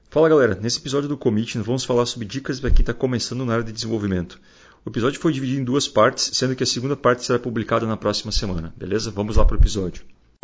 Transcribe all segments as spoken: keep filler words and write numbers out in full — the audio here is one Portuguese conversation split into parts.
Fala galera, nesse episódio do Commit nós vamos falar sobre dicas para quem está começando na área de desenvolvimento. O episódio foi dividido em duas partes, sendo que a segunda parte será publicada na próxima semana, beleza? Vamos lá para o episódio.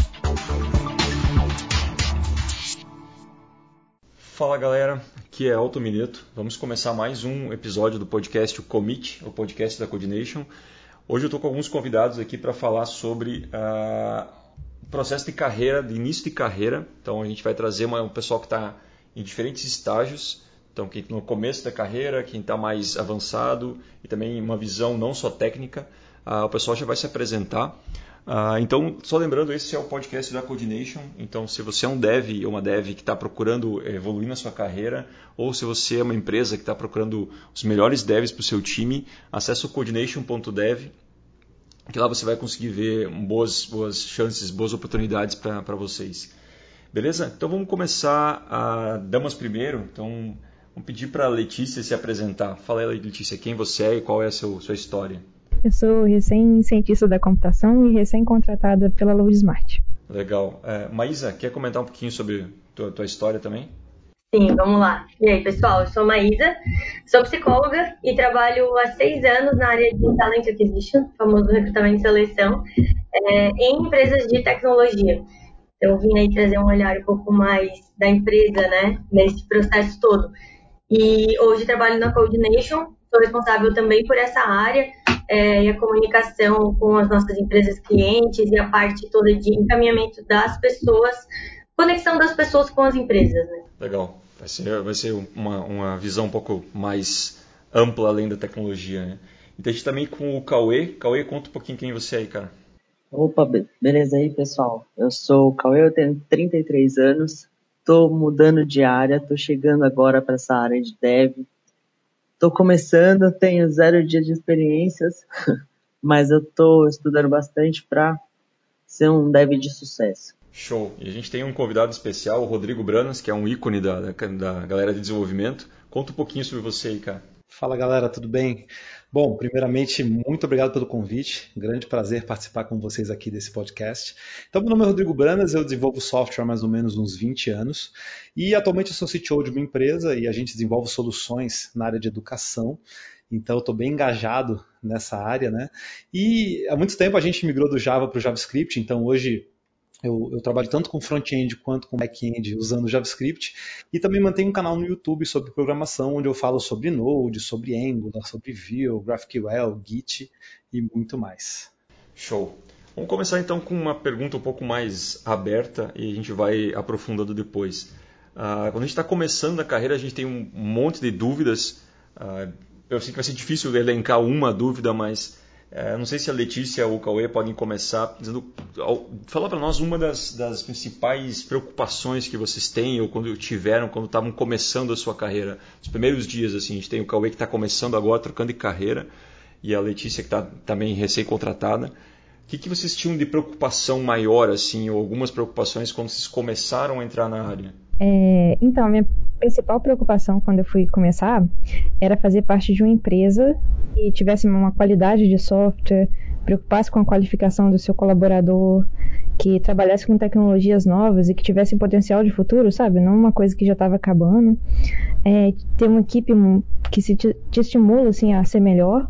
Fala galera, aqui é Alto Mineto. Vamos começar mais um episódio do podcast o Commit, o podcast da Coordination. Hoje eu estou com alguns convidados aqui para falar sobre uh, o processo de carreira, de início de carreira. Então a gente vai trazer uma, um pessoal que está em diferentes estágios, então quem no começo da carreira, quem está mais avançado e também uma visão não só técnica, uh, o pessoal já vai se apresentar. Uh, então, só lembrando, esse é o podcast da Coordination, então se você é um dev ou uma dev que está procurando evoluir na sua carreira, ou se você é uma empresa que está procurando os melhores devs para o seu time, acesse o coordination ponto dev, que lá você vai conseguir ver boas, boas chances, boas oportunidades para vocês. Beleza? Então vamos começar a damas primeiro. Então vamos pedir para a Letícia se apresentar. Fala aí, Letícia, quem você é e qual é a seu, sua história. Eu sou recém-cientista da computação e recém-contratada pela LoadSmart. Legal. É, Maísa, quer comentar um pouquinho sobre tua, tua história também? Sim, vamos lá. E aí, pessoal, eu sou Maísa, sou psicóloga e trabalho há seis anos na área de Talent Acquisition, famoso recrutamento e seleção, é, em empresas de tecnologia. Eu vim aí trazer um olhar um pouco mais da empresa, né, nesse processo todo. E hoje trabalho na Coordination, sou responsável também por essa área, é, e a comunicação com as nossas empresas clientes e a parte toda de encaminhamento das pessoas, conexão das pessoas com as empresas, né? Legal. Vai ser, vai ser uma, uma visão um pouco mais ampla além da tecnologia, né? Então a gente também com o Cauê. Cauê, conta um pouquinho quem você é aí, cara. Opa, beleza aí, pessoal? Eu sou o Cauê, eu tenho trinta e três anos, tô mudando de área, tô chegando agora para essa área de dev. Tô começando, tenho zero dia de experiências, mas eu tô estudando bastante para ser um dev de sucesso. Show! E a gente tem um convidado especial, o Rodrigo Branas, que é um ícone da, da, da galera de desenvolvimento. Conta um pouquinho sobre você aí, cara. Fala galera, tudo bem? Bom, primeiramente, muito obrigado pelo convite. Grande prazer participar com vocês aqui desse podcast. Então, meu nome é Rodrigo Branas, eu desenvolvo software há mais ou menos uns vinte anos e atualmente eu sou C T O de uma empresa e a gente desenvolve soluções na área de educação. Então, eu estou bem engajado nessa área, né? E há muito tempo a gente migrou do Java para o JavaScript, então hoje Eu, eu trabalho tanto com front-end quanto com back-end usando JavaScript e também mantenho um canal no YouTube sobre programação onde eu falo sobre Node, sobre Angular, sobre Vue, GraphQL, Git e muito mais. Show! Vamos começar então com uma pergunta um pouco mais aberta e a gente vai aprofundando depois. Uh, quando a gente está começando a carreira, a gente tem um monte de dúvidas. Uh, eu sei que vai ser difícil elencar uma dúvida, mas É, não sei se a Letícia ou o Cauê podem começar dizendo, falar para nós uma das, das principais preocupações que vocês têm ou quando tiveram, quando estavam começando a sua carreira. Os primeiros dias, assim, a gente tem o Cauê que está começando agora, trocando de carreira, e a Letícia que está também recém-contratada. O que, que vocês tinham de preocupação maior, assim, ou algumas preocupações quando vocês começaram a entrar na área? É, então, a minha principal preocupação quando eu fui começar era fazer parte de uma empresa que tivesse uma qualidade de software, preocupasse com a qualificação do seu colaborador, que trabalhasse com tecnologias novas e que tivesse potencial de futuro, sabe? Não uma coisa que já estava acabando. É, ter uma equipe que se te, te estimula assim, a ser melhor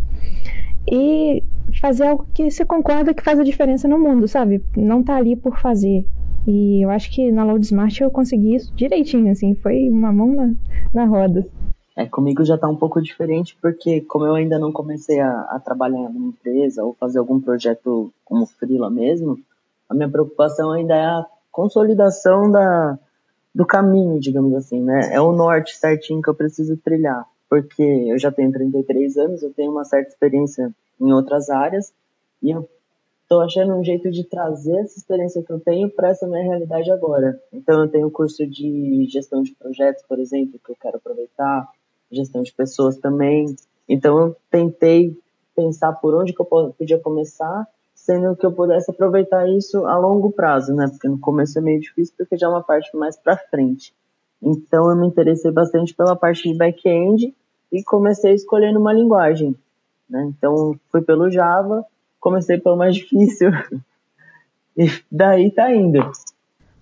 e fazer algo que você concorda que faz a diferença no mundo, sabe? Não tá ali por fazer. E eu acho que na LoadSmart eu consegui isso direitinho, assim, foi uma mão na, na roda. É, comigo já tá um pouco diferente, porque como eu ainda não comecei a, a trabalhar em alguma empresa ou fazer algum projeto como freela mesmo, a minha preocupação ainda é a consolidação da, do caminho, digamos assim, né? É o norte certinho que eu preciso trilhar, porque eu já tenho trinta e três anos, eu tenho uma certa experiência em outras áreas, e eu estou achando um jeito de trazer essa experiência que eu tenho para essa minha realidade agora. Então, eu tenho curso de gestão de projetos, por exemplo, que eu quero aproveitar, gestão de pessoas também. Então, eu tentei pensar por onde que eu podia começar, sendo que eu pudesse aproveitar isso a longo prazo, né? Porque no começo é meio difícil, porque já é uma parte mais para frente. Então, eu me interessei bastante pela parte de back-end e comecei escolhendo uma linguagem, né? Então, fui pelo Java, comecei pelo mais difícil e daí tá indo.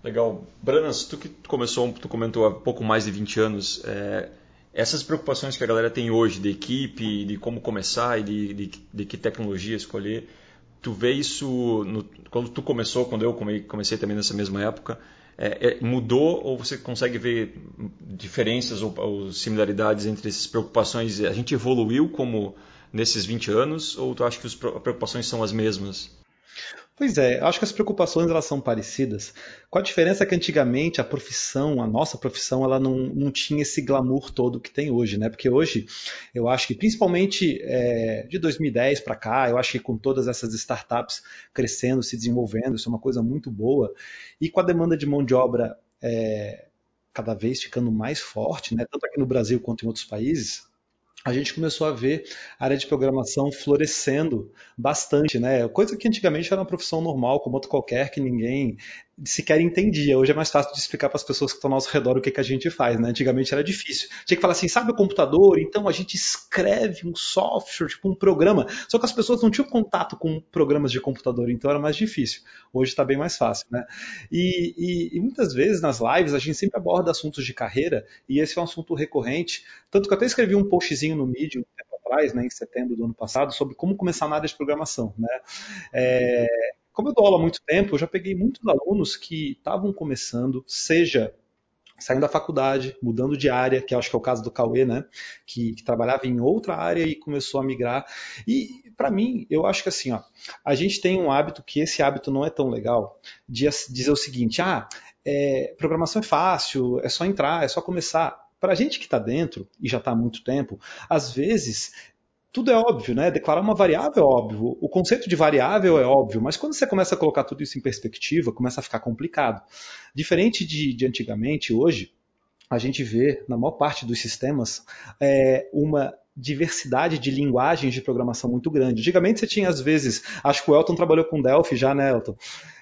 Legal. Branas, tu que começou, tu comentou há pouco mais de vinte anos, é, essas preocupações que a galera tem hoje de equipe, de como começar e de, de, de que tecnologia escolher, tu vê isso no, quando tu começou, quando eu comecei também nessa mesma época, é, é, mudou ou você consegue ver diferenças ou, ou similaridades entre essas preocupações? A gente evoluiu como nesses vinte anos ou tu acha que as preocupações são as mesmas? Pois é, eu acho que as preocupações elas são parecidas, com a diferença que antigamente a profissão, a nossa profissão, ela não, não tinha esse glamour todo que tem hoje, né? Porque hoje, eu acho que principalmente é, de dois mil e dez para cá, eu acho que com todas essas startups crescendo, se desenvolvendo, isso é uma coisa muito boa, e com a demanda de mão de obra é, cada vez ficando mais forte, né? Tanto aqui no Brasil quanto em outros países, a gente começou a ver a área de programação florescendo bastante, né? Coisa que antigamente era uma profissão normal, como outra qualquer, que ninguém sequer entendia. Hoje é mais fácil de explicar para as pessoas que estão ao nosso redor o que, que a gente faz, né? Antigamente era difícil. Tinha que falar assim, sabe o computador? Então a gente escreve um software, tipo um programa. Só que as pessoas não tinham contato com programas de computador, então era mais difícil. Hoje está bem mais fácil, né? E, e, e muitas vezes nas lives a gente sempre aborda assuntos de carreira, e esse é um assunto recorrente. Tanto que eu até escrevi um postzinho no Medium um tempo atrás, né, em setembro do ano passado, sobre como começar na área de programação, né? É, como eu dou aula há muito tempo, eu já peguei muitos alunos que estavam começando, seja saindo da faculdade, mudando de área, que acho que é o caso do Cauê, né, que, que trabalhava em outra área e começou a migrar. E para mim, eu acho que assim, ó, a gente tem um hábito que esse hábito não é tão legal, de dizer o seguinte, ah, é, programação é fácil, é só entrar, é só começar. Para a gente que está dentro e já está há muito tempo, às vezes tudo é óbvio, né? Declarar uma variável é óbvio, o conceito de variável é óbvio, mas quando você começa a colocar tudo isso em perspectiva, começa a ficar complicado. Diferente de, de antigamente, hoje, a gente vê, na maior parte dos sistemas, é, uma diversidade de linguagens de programação muito grande. Antigamente você tinha, às vezes, acho que o Elton trabalhou com Delphi já, né, Elton?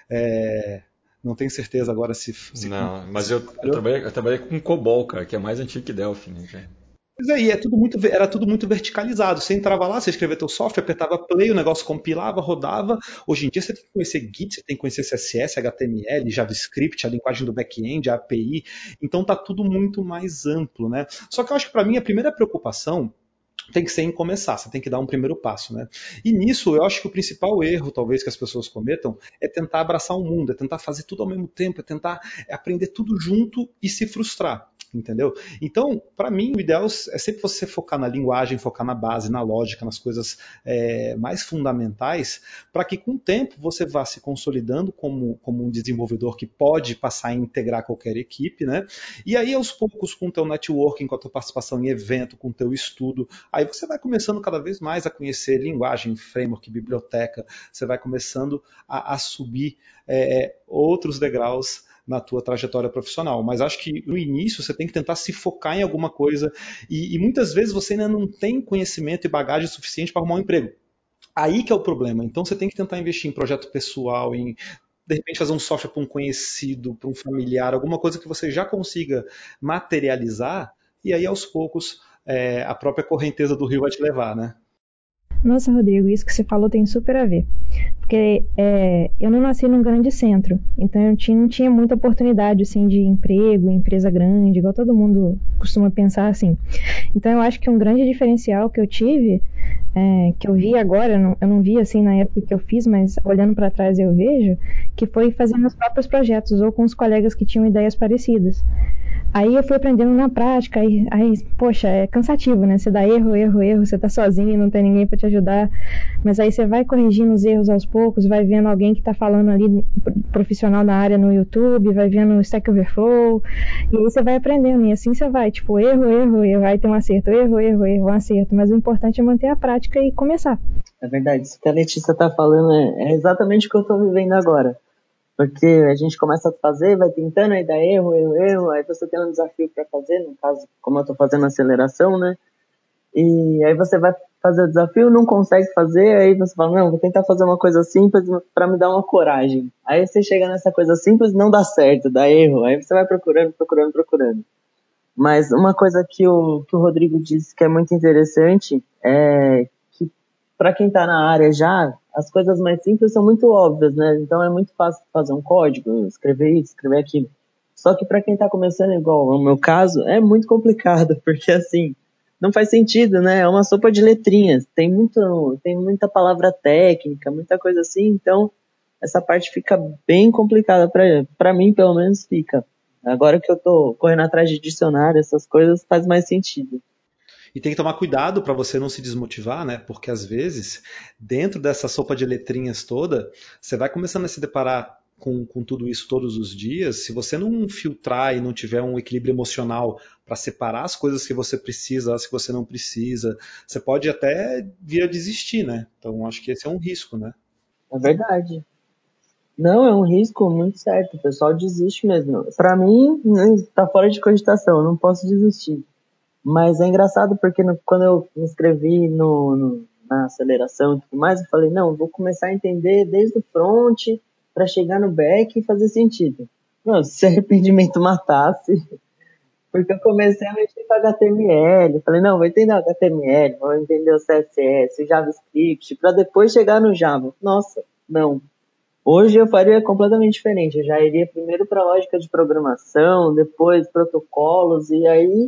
É, não tenho certeza agora se... se não, mas eu, eu, trabalhei, eu trabalhei com COBOL, cara, que é mais antigo que Delphi, né, cara? Pois aí, é tudo muito, era tudo muito verticalizado. Você entrava lá, você escrevia teu software, apertava play, o negócio compilava, rodava. Hoje em dia você tem que conhecer Git, você tem que conhecer C S S, H T M L, JavaScript, a linguagem do back-end, a A P I. Então tá tudo muito mais amplo, né? Só que eu acho que para mim a primeira preocupação tem que ser em começar, você tem que dar um primeiro passo, né? E nisso eu acho que o principal erro, talvez, que as pessoas cometam é tentar abraçar o mundo, é tentar fazer tudo ao mesmo tempo, é tentar aprender tudo junto e se frustrar. Entendeu? Então, para mim, o ideal é sempre você focar na linguagem, focar na base, na lógica, nas coisas é, mais fundamentais, para que com o tempo você vá se consolidando como, como um desenvolvedor que pode passar a integrar qualquer equipe, né? E aí, aos poucos, com o teu networking, com a tua participação em evento, com o teu estudo, aí você vai começando cada vez mais a conhecer linguagem, framework, biblioteca, você vai começando a, a subir é, outros degraus na tua trajetória profissional, mas acho que no início você tem que tentar se focar em alguma coisa e, e muitas vezes você ainda não tem conhecimento e bagagem suficiente para arrumar um emprego. Aí que é o problema. Então você tem que tentar investir em projeto pessoal, em de repente fazer um software para um conhecido, para um familiar, alguma coisa que você já consiga materializar e aí aos poucos é, a própria correnteza do rio vai te levar, né? Nossa, Rodrigo, isso que você falou tem super a ver. Porque é, eu não nasci num grande centro, então eu tinha, não tinha muita oportunidade assim, de emprego, empresa grande, igual todo mundo costuma pensar assim. Então eu acho que um grande diferencial que eu tive, é, que eu vi agora, eu não, eu não vi assim na época que eu fiz, mas olhando para trás eu vejo, que foi fazer meus próprios projetos ou com os colegas que tinham ideias parecidas. Aí eu fui aprendendo na prática, aí, aí, poxa, é cansativo, né? Você dá erro, erro, erro, você tá sozinho, não tem ninguém para te ajudar, mas aí você vai corrigindo os erros aos poucos, vai vendo alguém que tá falando ali, profissional na área no YouTube, vai vendo o Stack Overflow, e aí você vai aprendendo, e assim você vai, tipo, erro, erro, erro, aí tem um acerto, erro, erro, erro, um acerto, mas o importante é manter a prática e começar. É verdade, isso que a Letícia tá falando é, é exatamente o que eu tô vivendo agora. Porque a gente começa a fazer, vai tentando, aí dá erro, erro, erro, aí você tem um desafio para fazer, no caso, como eu estou fazendo aceleração, né? E aí você vai fazer o desafio, não consegue fazer, aí você fala, não, vou tentar fazer uma coisa simples para me dar uma coragem. Aí você chega nessa coisa simples, não dá certo, dá erro, aí você vai procurando, procurando, procurando. Mas uma coisa que o, que o Rodrigo disse que é muito interessante é que para quem está na área já, as coisas mais simples são muito óbvias, né? Então é muito fácil fazer um código, escrever isso, escrever aquilo. Só que para quem está começando, igual no meu caso, é muito complicado, porque assim, não faz sentido, né? É uma sopa de letrinhas, tem, muito, tem muita palavra técnica, muita coisa assim, então essa parte fica bem complicada para mim, pelo menos fica. Agora que eu tô correndo atrás de dicionário, essas coisas, faz mais sentido. E tem que tomar cuidado para você não se desmotivar, né? Porque às vezes, dentro dessa sopa de letrinhas toda, você vai começando a se deparar com, com tudo isso todos os dias. Se você não filtrar e não tiver um equilíbrio emocional para separar as coisas que você precisa, as que você não precisa, você pode até vir a desistir, né? Então acho que esse é um risco, né? É verdade. Não, é um risco muito certo. O pessoal desiste mesmo. Para mim, tá fora de cogitação. Eu não posso desistir. Mas é engraçado porque no, quando eu me inscrevi no, no, na aceleração e tudo mais, eu falei, não, vou começar a entender desde o front para chegar no back e fazer sentido. Não, se arrependimento matasse, porque eu comecei a mexer com H T M L, falei, não, vou entender o H T M L, vou entender o C S S, o JavaScript, para depois chegar no Java. Nossa, não. Hoje eu faria completamente diferente. Eu já iria primeiro para a lógica de programação, depois protocolos, e aí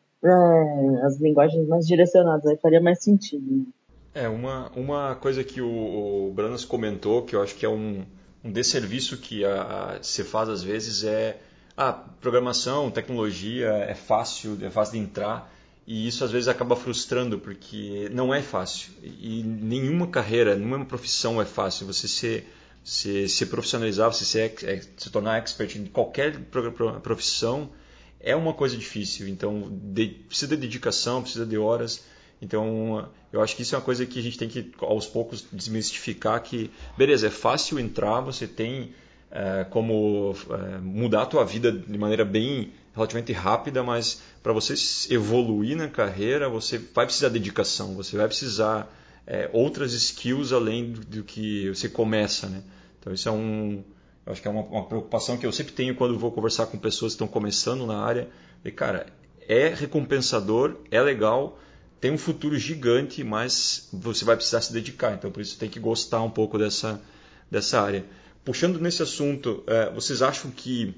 é, as linguagens mais direcionadas, aí faria mais sentido. Né? É, uma, uma coisa que o, o Branas comentou, que eu acho que é um, um desserviço que a, a, se faz às vezes é a programação, tecnologia é fácil, é fácil de entrar, e isso às vezes acaba frustrando, porque não é fácil. E nenhuma carreira, nenhuma profissão é fácil. Você se, se, se profissionalizar, você se, se tornar expert em qualquer profissão é uma coisa difícil. Então de, precisa de dedicação, precisa de horas. Então, eu acho que isso é uma coisa que a gente tem que, aos poucos, desmistificar que, beleza, é fácil entrar, você tem é, como é, mudar a tua vida de maneira bem, relativamente rápida, mas para você evoluir na carreira, você vai precisar de dedicação, você vai precisar é, outras skills além do, do que você começa, né? Então, isso é um... Eu acho que é uma, uma preocupação que eu sempre tenho quando vou conversar com pessoas que estão começando na área. E, cara, é recompensador, é legal, tem um futuro gigante, mas você vai precisar se dedicar. Então, por isso, tem que gostar um pouco dessa, dessa área. Puxando nesse assunto, é, vocês acham que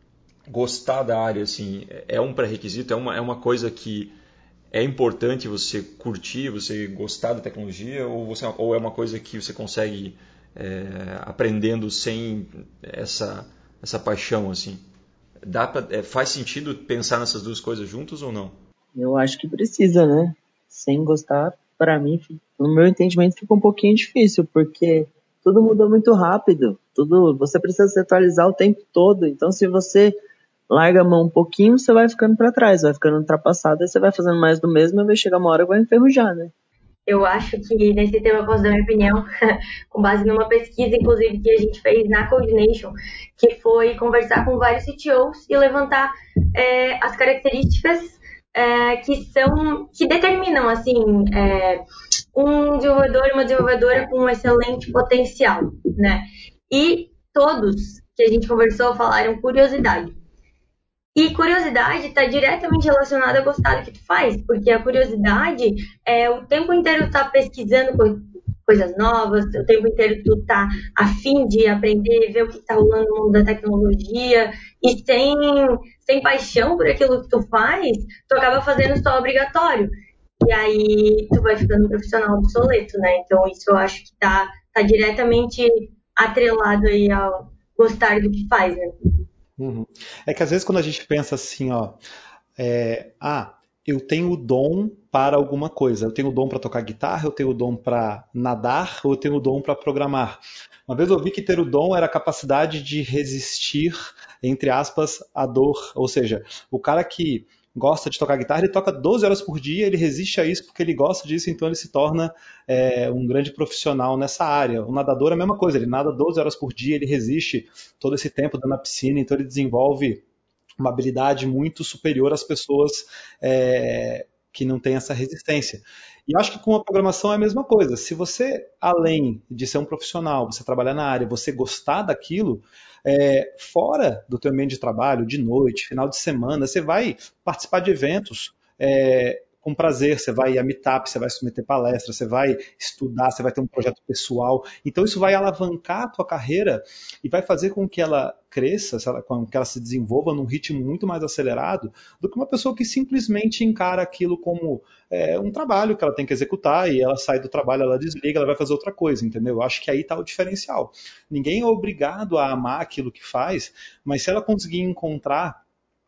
gostar da área assim, é um pré-requisito? É uma, é uma coisa que é importante você curtir, você gostar da tecnologia? Ou, você, ou é uma coisa que você consegue é, aprendendo sem essa, essa paixão? Assim? Dá pra, é, faz sentido pensar nessas duas coisas juntas ou não? Eu acho que precisa, né? Sem gostar, para mim, no meu entendimento, fica um pouquinho difícil, porque tudo muda muito rápido, tudo, você precisa se atualizar o tempo todo, então se você larga a mão um pouquinho, você vai ficando para trás, vai ficando ultrapassado, aí você vai fazendo mais do mesmo e vai chegar uma hora que vai enferrujar, né? Eu acho que nesse tema eu posso dar minha opinião, com base numa pesquisa, inclusive, que a gente fez na Coordination, que foi conversar com vários C T Os e levantar é, as características é, que são, que determinam, assim, é, um desenvolvedor e uma desenvolvedora com um excelente potencial, né? E todos que a gente conversou falaram curiosidade. E curiosidade está diretamente relacionada a gostar do que tu faz, porque a curiosidade é o tempo inteiro tu tá pesquisando co- coisas novas, o tempo inteiro tu tá a fim de aprender, ver o que está rolando no mundo da tecnologia, e sem, sem paixão por aquilo que tu faz, tu acaba fazendo só obrigatório. E aí tu vai ficando um profissional obsoleto, né? Então isso eu acho que tá, tá diretamente atrelado aí ao gostar do que faz, né? Uhum. É que às vezes quando a gente pensa assim, ó, é, ah, eu tenho o dom para alguma coisa, eu tenho o dom para tocar guitarra, eu tenho o dom para nadar, ou eu tenho o dom para programar. Uma vez eu ouvi que ter o dom era a capacidade de resistir, entre aspas, à dor. Ou seja, o cara que gosta de tocar guitarra, ele toca doze horas por dia, ele resiste a isso porque ele gosta disso, então ele se torna é, um grande profissional nessa área. O nadador é a mesma coisa, ele nada doze horas por dia, ele resiste todo esse tempo dentro da piscina, então ele desenvolve uma habilidade muito superior às pessoas é, que não têm essa resistência. E acho que com a programação é a mesma coisa. Se você, além de ser um profissional, você trabalhar na área, você gostar daquilo, é, fora do teu ambiente de trabalho, de noite, final de semana, você vai participar de eventos, é, com prazer, você vai a meetup, você vai submeter palestra, você vai estudar, você vai ter um projeto pessoal. Então isso vai alavancar a tua carreira e vai fazer com que ela cresça, com que ela se desenvolva num ritmo muito mais acelerado do que uma pessoa que simplesmente encara aquilo como é, um trabalho que ela tem que executar e ela sai do trabalho, ela desliga, ela vai fazer outra coisa, entendeu? Eu acho que aí está o diferencial. Ninguém é obrigado a amar aquilo que faz, mas se ela conseguir encontrar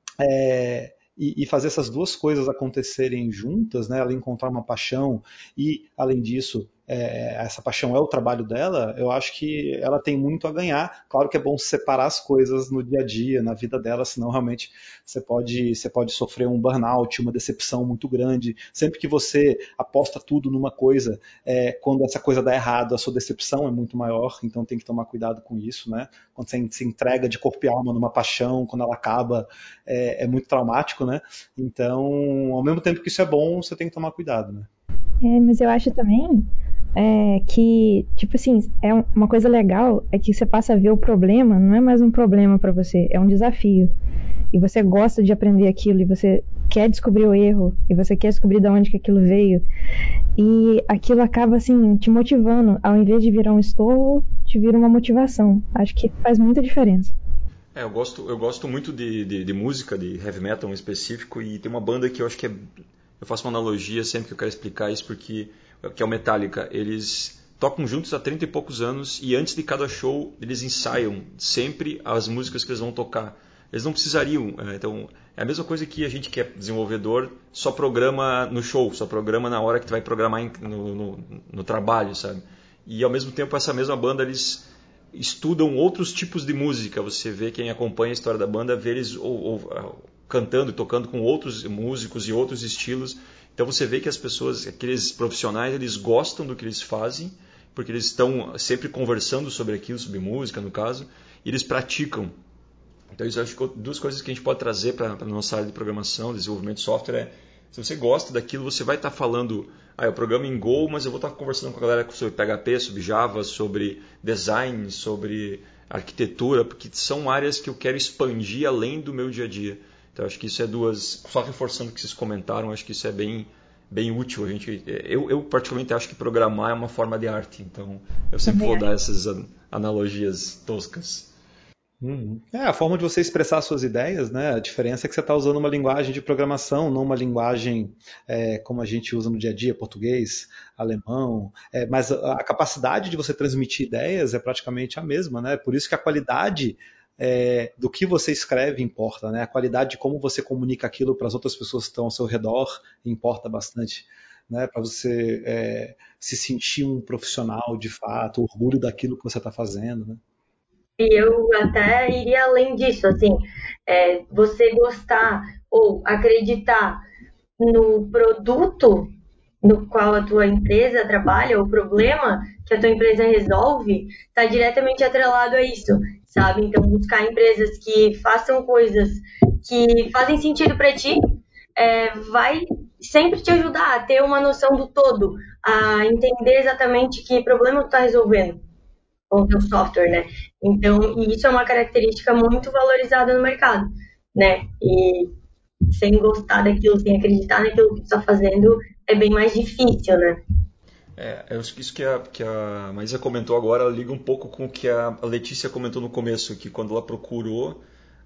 é, e, e fazer essas duas coisas acontecerem juntas, né? Ela encontrar uma paixão e, além disso, é, essa paixão é o trabalho dela, eu acho que ela tem muito a ganhar. Claro que é bom separar as coisas no dia a dia, na vida dela, senão realmente você pode, você pode sofrer um burnout, uma decepção muito grande. Sempre que você aposta tudo numa coisa, é, quando essa coisa dá errado, a sua decepção é muito maior, então tem que tomar cuidado com isso, né? Quando você se entrega de corpo e alma numa paixão, quando ela acaba, é, é muito traumático, né? Então, ao mesmo tempo que isso é bom, você tem que tomar cuidado, né? É, mas eu acho também é, que, tipo assim, é uma coisa legal é que você passa a ver o problema, não é mais um problema para você, é um desafio. E você gosta de aprender aquilo, e você quer descobrir o erro, e você quer descobrir de onde que aquilo veio. E aquilo acaba, assim, te motivando, ao invés de virar um estorvo, te vira uma motivação. Acho que faz muita diferença. É, eu gosto, eu gosto muito de, de, de música, de heavy metal em específico, e tem uma banda que eu acho que é... Eu faço uma analogia sempre que eu quero explicar isso, porque que é o Metallica. Eles tocam juntos há trinta e poucos anos e antes de cada show eles ensaiam sempre as músicas que eles vão tocar. Eles não precisariam. Então, é a mesma coisa que a gente que é desenvolvedor só programa no show, só programa na hora que tu vai programar no, no, no trabalho, sabe? E ao mesmo tempo essa mesma banda eles estudam outros tipos de música. Você vê, quem acompanha a história da banda, vê eles ou, ou, cantando e tocando com outros músicos e outros estilos. Então você vê que as pessoas, aqueles profissionais, eles gostam do que eles fazem, porque eles estão sempre conversando sobre aquilo, sobre música no caso, e eles praticam. Então isso eu acho que duas coisas que a gente pode trazer para a nossa área de programação, desenvolvimento de software é, se você gosta daquilo, você vai estar falando, ah, eu programo em Go, mas eu vou estar conversando com a galera sobre P H P, sobre Java, sobre design, sobre arquitetura, porque são áreas que eu quero expandir além do meu dia a dia. Então acho que isso é duas, só reforçando o que vocês comentaram, acho que isso é bem, bem útil. A gente, eu, eu particularmente acho que programar é uma forma de arte, então eu sempre vou dar essas analogias toscas. Uhum. É a forma de você expressar suas ideias, né? A diferença é que você está usando uma linguagem de programação, não uma linguagem é, como a gente usa no dia a dia, português, alemão. É, mas a, a capacidade de você transmitir ideias é praticamente a mesma, né? Por isso que a qualidade é, do que você escreve importa, né? A qualidade de como você comunica aquilo para as outras pessoas que estão ao seu redor importa bastante. Né, para você é, se sentir um profissional de fato, orgulho daquilo que você está fazendo, né? E eu até iria além disso, assim, é, você gostar ou acreditar no produto no qual a tua empresa trabalha, o problema que a tua empresa resolve, está diretamente atrelado a isso, sabe? Então, buscar empresas que façam coisas que fazem sentido para ti, é, vai sempre te ajudar a ter uma noção do todo, a entender exatamente que problema tu está resolvendo com o teu software, né? Então, e isso é uma característica muito valorizada no mercado, né? E sem gostar daquilo, sem acreditar naquilo que tu está fazendo, é bem mais difícil, né? É, isso que a, que a Maísa comentou agora liga um pouco com o que a Letícia comentou no começo, que quando ela procurou,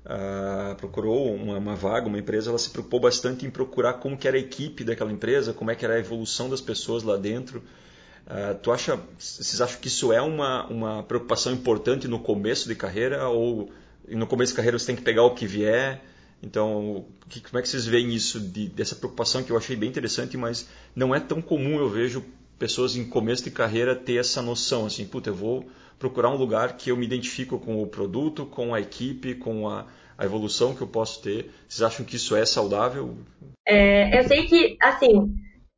uh, procurou uma, uma vaga, uma empresa, ela se preocupou bastante em procurar como que era a equipe daquela empresa, como é que era a evolução das pessoas lá dentro. Uh, tu acha, vocês acham que isso é uma, uma preocupação importante no começo de carreira, ou no começo de carreira você tem que pegar o que vier? Então, que, como é que vocês veem isso, de, dessa preocupação que eu achei bem interessante, mas não é tão comum, eu vejo pessoas em começo de carreira ter essa noção, assim, puta, eu vou procurar um lugar que eu me identifico com o produto, com a equipe, com a, a evolução que eu posso ter. Vocês acham que isso é saudável? É, eu sei que, assim,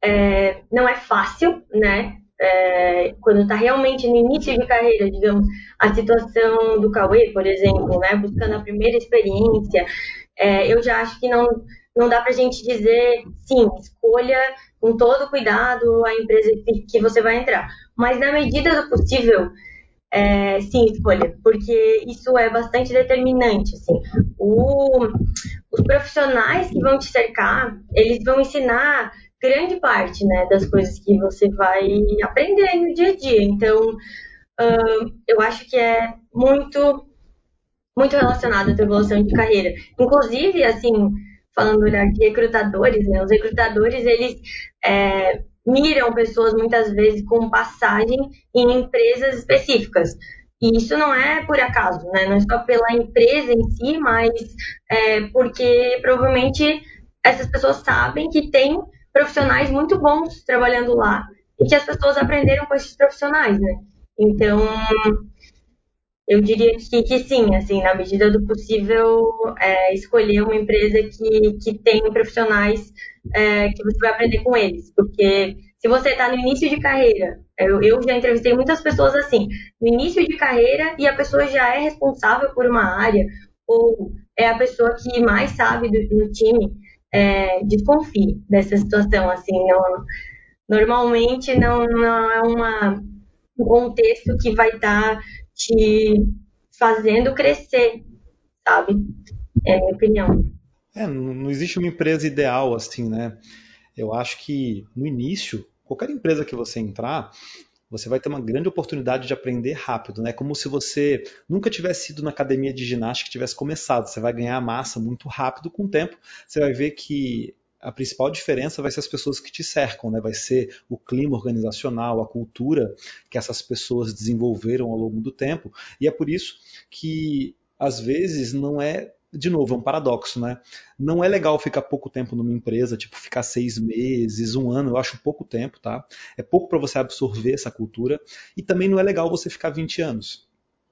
é, não é fácil, né? É, quando está realmente no início de carreira, digamos, a situação do Cauê, por exemplo, né? Buscando a primeira experiência, é, eu já acho que não, não dá para a gente dizer, sim, escolha com todo cuidado a empresa que você vai entrar. Mas na medida do possível, é, sim, escolha, porque isso é bastante determinante. Assim. O, os profissionais que vão te cercar, eles vão ensinar grande parte, né, das coisas que você vai aprender no dia a dia. Então, uh, eu acho que é muito, muito relacionado à tua evolução de carreira. Inclusive, assim, falando de recrutadores, né, os recrutadores, eles é, miram pessoas muitas vezes com passagem em empresas específicas. E isso não é por acaso, né? Não é só pela empresa em si, mas é porque provavelmente essas pessoas sabem que tem profissionais muito bons trabalhando lá e que as pessoas aprenderam com esses profissionais, né? Então, eu diria que, que sim, assim, na medida do possível, é, escolher uma empresa que, que tem profissionais é, que você vai aprender com eles. Porque se você está no início de carreira, eu, eu já entrevistei muitas pessoas assim, no início de carreira e a pessoa já é responsável por uma área, ou é a pessoa que mais sabe do, do time, é, desconfie dessa situação. Assim, não, normalmente não, não é uma, um contexto que vai estar tá te fazendo crescer, sabe? É a minha opinião. É, não, não existe uma empresa ideal assim, né? Eu acho que no início, qualquer empresa que você entrar, você vai ter uma grande oportunidade de aprender rápido, né? Como se você nunca tivesse ido na academia de ginástica e tivesse começado. Você vai ganhar massa muito rápido com o tempo. Você vai ver que a principal diferença vai ser as pessoas que te cercam, né? Vai ser o clima organizacional, a cultura que essas pessoas desenvolveram ao longo do tempo. E é por isso que às vezes não é, de novo, é um paradoxo, né? Não é legal ficar pouco tempo numa empresa, tipo ficar seis meses, um ano, eu acho pouco tempo, tá? É pouco para você absorver essa cultura. E também não é legal você ficar vinte anos.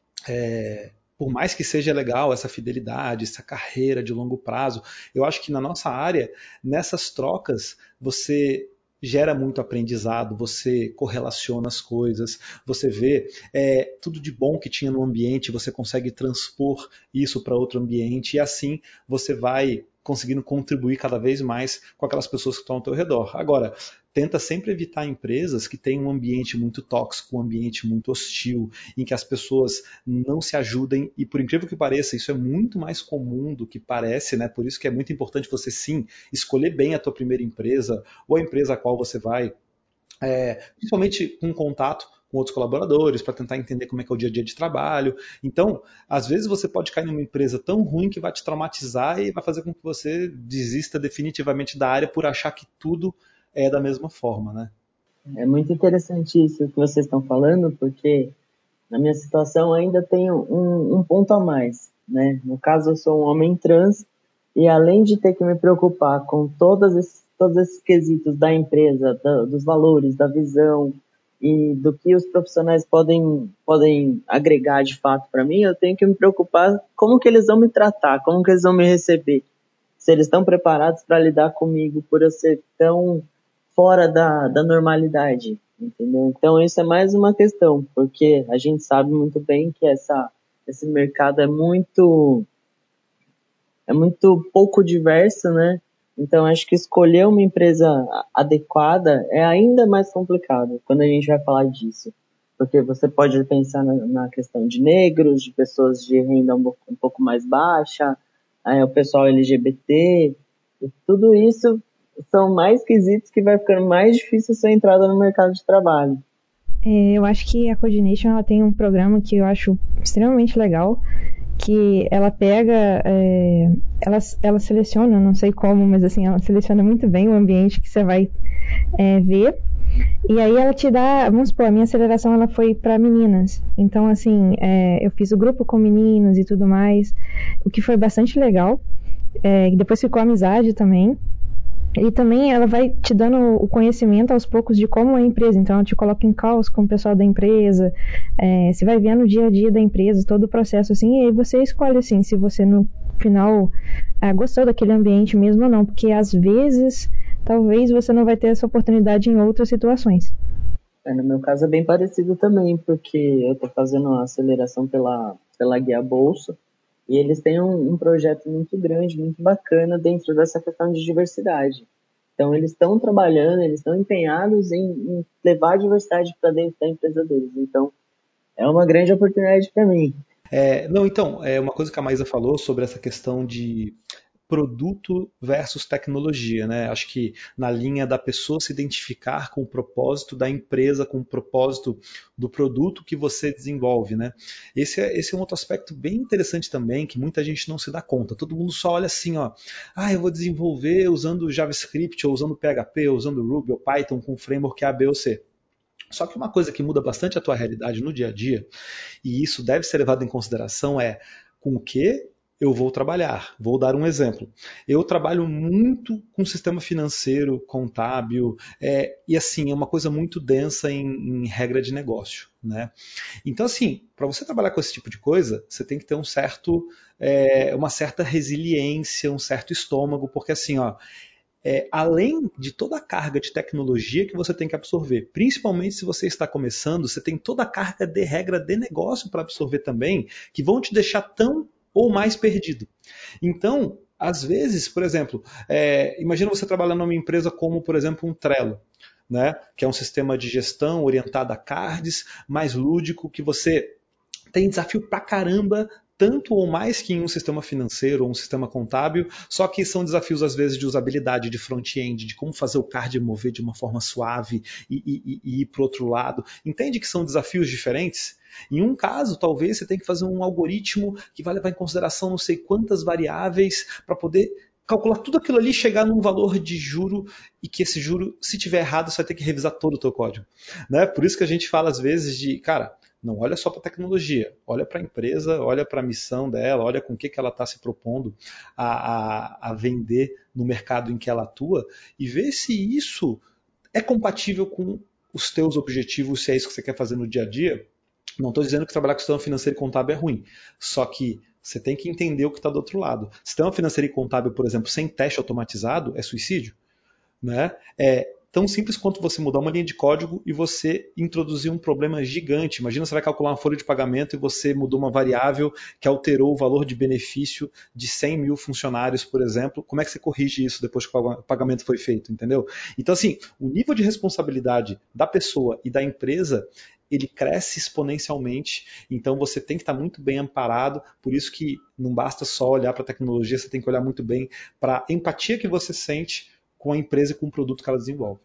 É, por mais que seja legal essa fidelidade, essa carreira de longo prazo, eu acho que na nossa área, nessas trocas, você gera muito aprendizado, você correlaciona as coisas, você vê é, tudo de bom que tinha no ambiente, você consegue transpor isso para outro ambiente e assim você vai conseguindo contribuir cada vez mais com aquelas pessoas que estão ao teu redor. Agora, tenta sempre evitar empresas que têm um ambiente muito tóxico, um ambiente muito hostil, em que as pessoas não se ajudem, e por incrível que pareça, isso é muito mais comum do que parece, né? Por isso que é muito importante você sim escolher bem a tua primeira empresa, ou a empresa a qual você vai, é, principalmente com contato com outros colaboradores, para tentar entender como é que é o dia a dia de trabalho. Então, às vezes você pode cair numa empresa tão ruim que vai te traumatizar e vai fazer com que você desista definitivamente da área por achar que tudo é da mesma forma, né? É muito interessante isso que vocês estão falando, porque na minha situação ainda tem um, um ponto a mais, né? No caso, eu sou um homem trans e além de ter que me preocupar com todos esses, todos esses quesitos da empresa, da, dos valores, da visão e do que os profissionais podem, podem agregar de fato para mim, eu tenho que me preocupar como que eles vão me tratar, como que eles vão me receber, se eles estão preparados para lidar comigo por eu ser tão fora da, da normalidade, entendeu? Então isso é mais uma questão, porque a gente sabe muito bem que essa, esse mercado é muito, é muito pouco diverso, né? Então acho que escolher uma empresa adequada é ainda mais complicado quando a gente vai falar disso. Porque você pode pensar na, na questão de negros, de pessoas de renda um, um pouco mais baixa, aí, o pessoal L G B T, e tudo isso são mais quesitos que vai ficando mais difícil sua entrada no mercado de trabalho. É, eu acho que a Coordination ela tem um programa que eu acho extremamente legal, que ela pega, é, ela, ela seleciona, não sei como, mas assim, ela seleciona muito bem o ambiente que você vai é, ver. E aí ela te dá, vamos supor, a minha aceleração ela foi para meninas. Então, assim, é, eu fiz o grupo com meninos e tudo mais, o que foi bastante legal. É, depois ficou amizade também. E também ela vai te dando o conhecimento aos poucos de como é a empresa. Então, ela te coloca em calls com o pessoal da empresa. É, você vai vendo o dia a dia da empresa, todo o processo assim. E aí você escolhe, assim, se você no final ah, gostou daquele ambiente mesmo ou não. Porque às vezes, talvez você não vai ter essa oportunidade em outras situações. É, no meu caso é bem parecido também, porque eu estou fazendo uma aceleração pela, pela Guia Bolsa. E eles têm um, um projeto muito grande, muito bacana dentro dessa questão de diversidade. Então, eles estão trabalhando, eles estão empenhados em, em levar a diversidade para dentro da empresa deles. Então, é uma grande oportunidade para mim. É, não, então, é uma coisa que a Maísa falou sobre essa questão de produto versus tecnologia, né? Acho que na linha da pessoa se identificar com o propósito da empresa, com o propósito do produto que você desenvolve, né? Esse é, esse é um outro aspecto bem interessante também, que muita gente não se dá conta. Todo mundo só olha assim, ó, ah, eu vou desenvolver usando JavaScript, ou usando P H P, ou usando Ruby ou Python com framework A, B ou C. Só que uma coisa que muda bastante a tua realidade no dia a dia, e isso deve ser levado em consideração, é com o que eu vou trabalhar. Vou dar um exemplo. Eu trabalho muito com sistema financeiro, contábil, é, e assim, é uma coisa muito densa em, em regra de negócio, né? Então, assim, para você trabalhar com esse tipo de coisa, você tem que ter um certo, é, uma certa resiliência, um certo estômago, porque assim, ó, É, além de toda a carga de tecnologia que você tem que absorver, principalmente se você está começando, você tem toda a carga de regra de negócio para absorver também, que vão te deixar tão ou mais perdido. Então, às vezes, por exemplo, é, imagina você trabalhando numa empresa como, por exemplo, um Trello, né, que é um sistema de gestão orientado a cards, mais lúdico, que você tem desafio pra caramba, tanto ou mais que em um sistema financeiro ou um sistema contábil, só que são desafios às vezes de usabilidade, de front-end, de como fazer o card mover de uma forma suave e, e, e ir para o outro lado. Entende que são desafios diferentes? Em um caso, talvez você tenha que fazer um algoritmo que vai levar em consideração não sei quantas variáveis para poder calcular tudo aquilo ali e chegar num valor de juro, e que esse juro, se tiver errado, você vai ter que revisar todo o teu código. Né? Por isso que a gente fala às vezes de, cara, não olha só para a tecnologia, olha para a empresa, olha para a missão dela, olha com o que, que ela está se propondo a, a, a vender no mercado em que ela atua, e vê se isso é compatível com os teus objetivos, se é isso que você quer fazer no dia a dia. Não estou dizendo que trabalhar com sistema financeiro e contábil é ruim, só que você tem que entender o que está do outro lado. Sistema financeiro e contábil, por exemplo, sem teste automatizado, é suicídio. Né? É tão simples quanto você mudar uma linha de código e você introduzir um problema gigante. Imagina você vai calcular uma folha de pagamento e você mudou uma variável que alterou o valor de benefício de cem mil funcionários, por exemplo. Como é que você corrige isso depois que o pagamento foi feito, entendeu? Então, assim, o nível de responsabilidade da pessoa e da empresa, ele cresce exponencialmente, então você tem que estar muito bem amparado, por isso que não basta só olhar para a tecnologia, você tem que olhar muito bem para a empatia que você sente com a empresa e com o produto que ela desenvolve.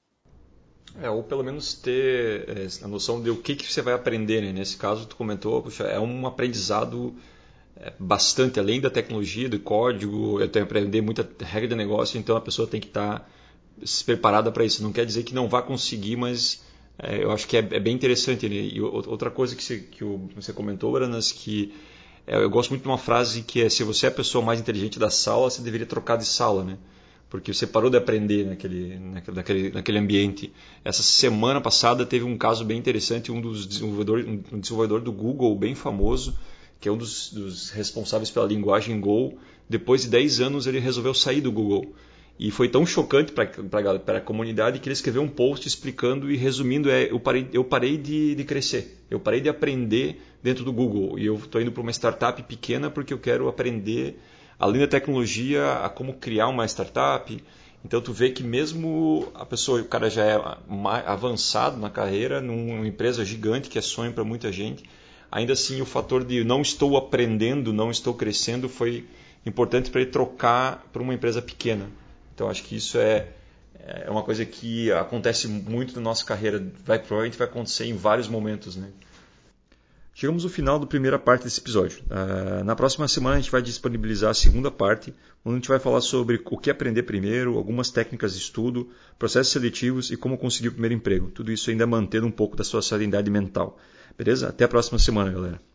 É, ou pelo menos ter é, a noção de o que, que você vai aprender, né? Nesse caso, tu comentou, puxa, é um aprendizado é, bastante além da tecnologia, do código, eu tenho que aprender muita regra de negócio, então a pessoa tem que estar preparada para isso. Não quer dizer que não vá conseguir, mas é, eu acho que é, é bem interessante. Né? E outra coisa que você, que você comentou, Branas, que é, eu gosto muito de uma frase que é: se você é a pessoa mais inteligente da sala, você deveria trocar de sala, né? Porque você parou de aprender naquele, naquele, naquele ambiente. Essa semana passada teve um caso bem interessante, um dos desenvolvedores, um desenvolvedor do Google bem famoso, que é um dos, dos responsáveis pela linguagem Go, depois de dez anos ele resolveu sair do Google. E foi tão chocante para a comunidade que ele escreveu um post explicando e resumindo, é, eu parei, eu parei de, de crescer, eu parei de aprender dentro do Google. E eu estou indo para uma startup pequena porque eu quero aprender, além da tecnologia, a como criar uma startup. Então tu vê que mesmo a pessoa, o cara já é mais avançado na carreira, numa empresa gigante que é sonho para muita gente, ainda assim o fator de não estou aprendendo, não estou crescendo foi importante para ele trocar para uma empresa pequena. Então acho que isso é, é uma coisa que acontece muito na nossa carreira, vai, provavelmente vai acontecer em vários momentos, né? Chegamos ao final da primeira parte desse episódio. Uh, na próxima semana a gente vai disponibilizar a segunda parte, onde a gente vai falar sobre o que aprender primeiro, algumas técnicas de estudo, processos seletivos e como conseguir o primeiro emprego. Tudo isso ainda mantendo um pouco da sua sanidade mental. Beleza? Até a próxima semana, galera.